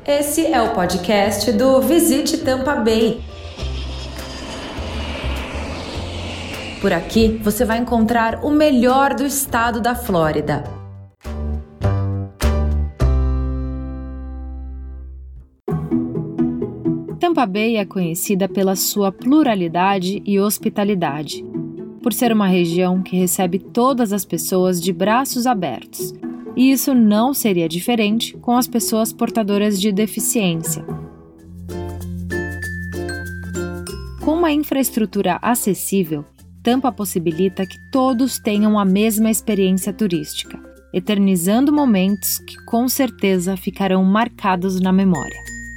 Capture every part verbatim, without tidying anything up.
Esse é o podcast do Visite Tampa Bay. Por aqui você vai encontrar o melhor do estado da Flórida. Tampa Bay é conhecida pela sua pluralidade e hospitalidade, por ser uma região que recebe todas as pessoas de braços abertos. E isso não seria diferente com as pessoas portadoras de deficiência. Com uma infraestrutura acessível, Tampa possibilita que todos tenham a mesma experiência turística, eternizando momentos que com certeza ficarão marcados na memória.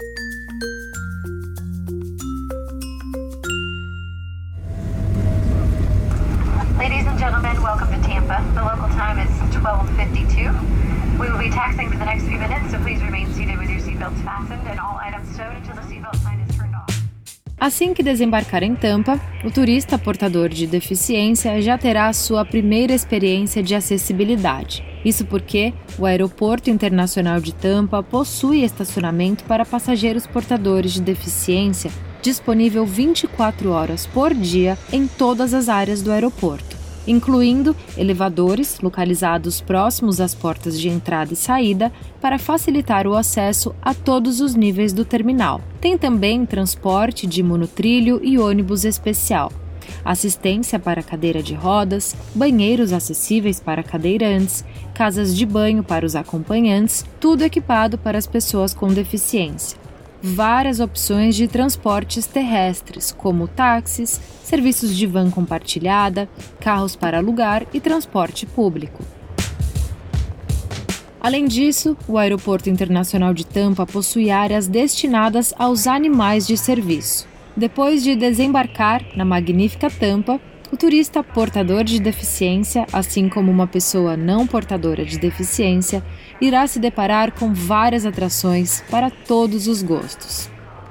Ladies and gentlemen, welcome to Tampa. The local time is twelve fifty-two. We will be taxiing for the next few minutes, so please remain seated with your seatbelts fastened and all items stowed until the seatbelt sign is turned off. Assim que desembarcar em Tampa, o turista portador de deficiência já terá a sua primeira experiência de acessibilidade. Isso porque o Aeroporto Internacional de Tampa possui estacionamento para passageiros portadores de deficiência disponível vinte e quatro horas por dia em todas as áreas do aeroporto, incluindo elevadores localizados próximos às portas de entrada e saída para facilitar o acesso a todos os níveis do terminal. Tem também transporte de monotrilho e ônibus especial, assistência para cadeira de rodas, banheiros acessíveis para cadeirantes, casas de banho para os acompanhantes, tudo equipado para as pessoas com deficiência. Várias opções de transportes terrestres, como táxis, serviços de van compartilhada, carros para alugar e transporte público. Além disso, o Aeroporto Internacional de Tampa possui áreas destinadas aos animais de serviço. Depois de desembarcar na magnífica Tampa, o turista portador de deficiência, assim como uma pessoa não portadora de deficiência, irá se deparar com várias atrações para todos os gostos.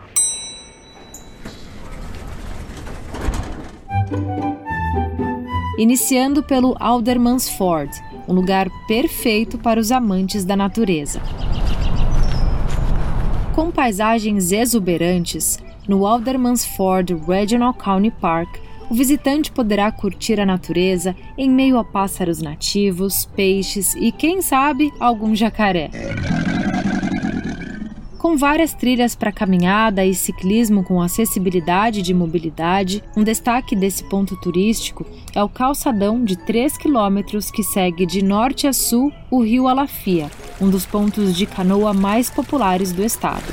Iniciando pelo Alderman's Ford, um lugar perfeito para os amantes da natureza. Com paisagens exuberantes, no Alderman's Ford Regional County Park, o visitante poderá curtir a natureza em meio a pássaros nativos, peixes e, quem sabe, algum jacaré. Com várias trilhas para caminhada e ciclismo com acessibilidade de mobilidade, um destaque desse ponto turístico é o calçadão de três quilômetros que segue de norte a sul o rio Alafia, um dos pontos de canoa mais populares do estado.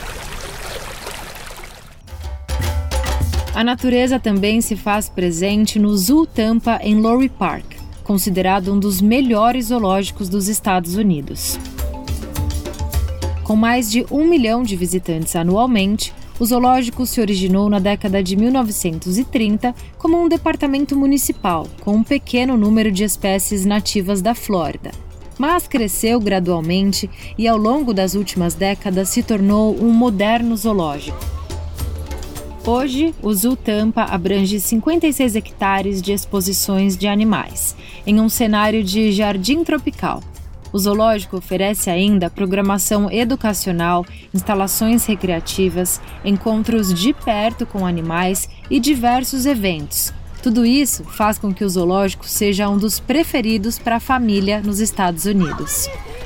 A natureza também se faz presente no Zoo Tampa em Lowry Park, considerado um dos melhores zoológicos dos Estados Unidos. Com mais de um milhão de visitantes anualmente, o zoológico se originou na década de mil novecentos e trinta como um departamento municipal, com um pequeno número de espécies nativas da Flórida. Mas cresceu gradualmente e, ao longo das últimas décadas, se tornou um moderno zoológico. Hoje, o Zoo Tampa abrange cinquenta e seis hectares de exposições de animais, em um cenário de jardim tropical. O zoológico oferece ainda programação educacional, instalações recreativas, encontros de perto com animais e diversos eventos. Tudo isso faz com que o zoológico seja um dos preferidos para a família nos Estados Unidos.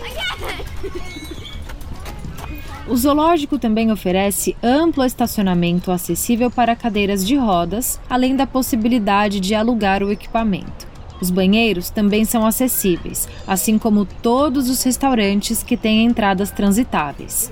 O zoológico também oferece amplo estacionamento acessível para cadeiras de rodas, além da possibilidade de alugar o equipamento. Os banheiros também são acessíveis, assim como todos os restaurantes que têm entradas transitáveis.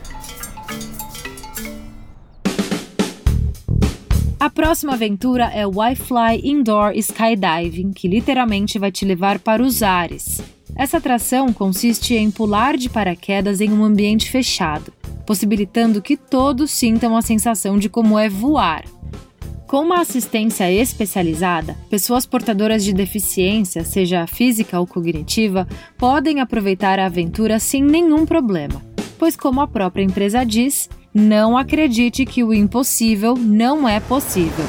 A próxima aventura é o iFly Indoor Skydiving, que literalmente vai te levar para os ares. Essa atração consiste em pular de paraquedas em um ambiente fechado, possibilitando que todos sintam a sensação de como é voar. Com uma assistência especializada, pessoas portadoras de deficiência, seja física ou cognitiva, podem aproveitar a aventura sem nenhum problema, pois, como a própria empresa diz, não acredite que o impossível não é possível.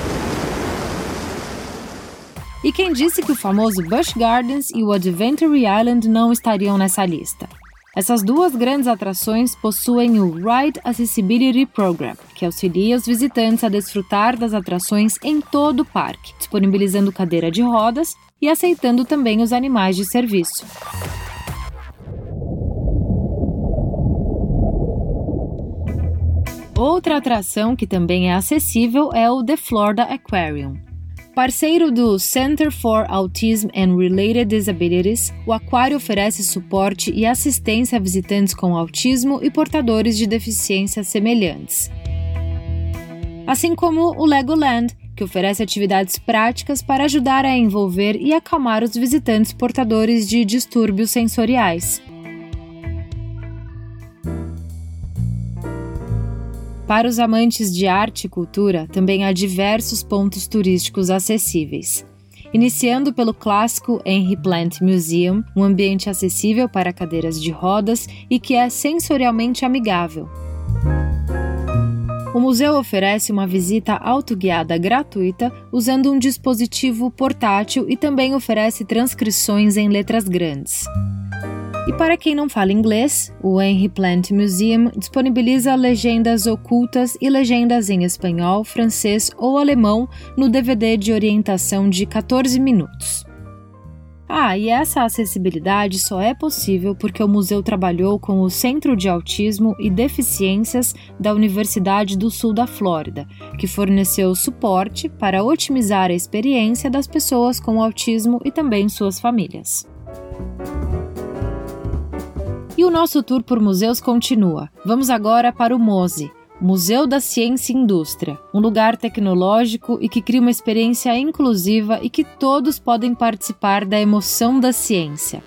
E quem disse que o famoso Busch Gardens e o Adventure Island não estariam nessa lista? Essas duas grandes atrações possuem o Ride Accessibility Program, que auxilia os visitantes a desfrutar das atrações em todo o parque, disponibilizando cadeira de rodas e aceitando também os animais de serviço. Outra atração que também é acessível é o The Florida Aquarium. Parceiro do Center for Autism and Related Disabilities, o aquário oferece suporte e assistência a visitantes com autismo e portadores de deficiências semelhantes. Assim como o Legoland, que oferece atividades práticas para ajudar a envolver e acalmar os visitantes portadores de distúrbios sensoriais. Para os amantes de arte e cultura, também há diversos pontos turísticos acessíveis. Iniciando pelo clássico Henry Plant Museum, um ambiente acessível para cadeiras de rodas e que é sensorialmente amigável. O museu oferece uma visita autoguiada gratuita usando um dispositivo portátil e também oferece transcrições em letras grandes. E para quem não fala inglês, o Henry Plant Museum disponibiliza legendas ocultas e legendas em espanhol, francês ou alemão no D V D de orientação de quatorze minutos. Ah, e essa acessibilidade só é possível porque o museu trabalhou com o Centro de Autismo e Deficiências da Universidade do Sul da Flórida, que forneceu suporte para otimizar a experiência das pessoas com autismo e também suas famílias. E o nosso tour por museus continua. Vamos agora para o MOSE, Museu da Ciência e Indústria, um lugar tecnológico e que cria uma experiência inclusiva e que todos podem participar da emoção da ciência.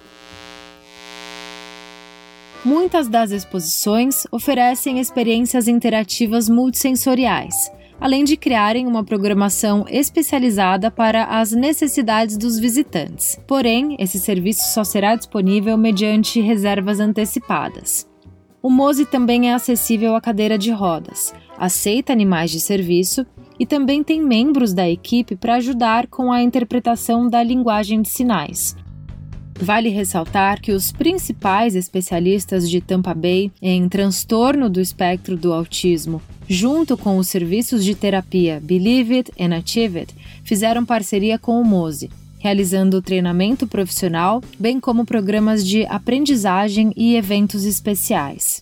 Muitas das exposições oferecem experiências interativas multissensoriais, além de criarem uma programação especializada para as necessidades dos visitantes. Porém, esse serviço só será disponível mediante reservas antecipadas. O MOSE também é acessível à cadeira de rodas, aceita animais de serviço e também tem membros da equipe para ajudar com a interpretação da linguagem de sinais. Vale ressaltar que os principais especialistas de Tampa Bay em transtorno do espectro do autismo, junto com os serviços de terapia Believe It and Achieve It, fizeram parceria com o MOSE, realizando treinamento profissional, bem como programas de aprendizagem e eventos especiais.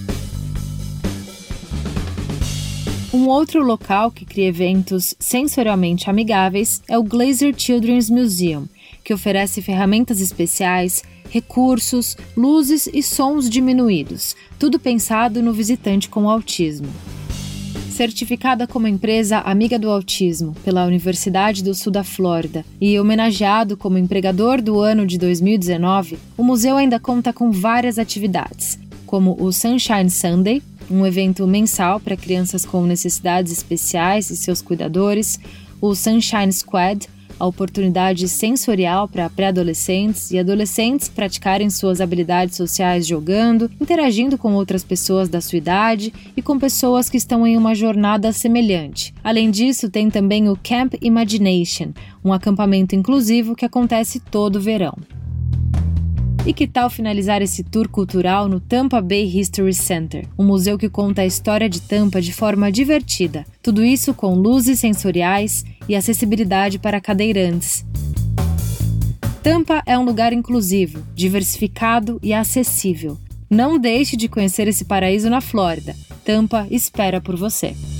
Um outro local que cria eventos sensorialmente amigáveis é o Glazer Children's Museum, que oferece ferramentas especiais, recursos, luzes e sons diminuídos, tudo pensado no visitante com autismo. Certificada como empresa amiga do autismo pela Universidade do Sul da Flórida e homenageado como empregador do ano de dois mil e dezenove, o museu ainda conta com várias atividades, como o Sunshine Sunday, um evento mensal para crianças com necessidades especiais e seus cuidadores, o Sunshine Squad, a oportunidade sensorial para pré-adolescentes e adolescentes praticarem suas habilidades sociais jogando, interagindo com outras pessoas da sua idade e com pessoas que estão em uma jornada semelhante. Além disso, tem também o Camp Imagination, um acampamento inclusivo que acontece todo verão. E que tal finalizar esse tour cultural no Tampa Bay History Center, um museu que conta a história de Tampa de forma divertida, tudo isso com luzes sensoriais e acessibilidade para cadeirantes. Tampa é um lugar inclusivo, diversificado e acessível. Não deixe de conhecer esse paraíso na Flórida. Tampa espera por você.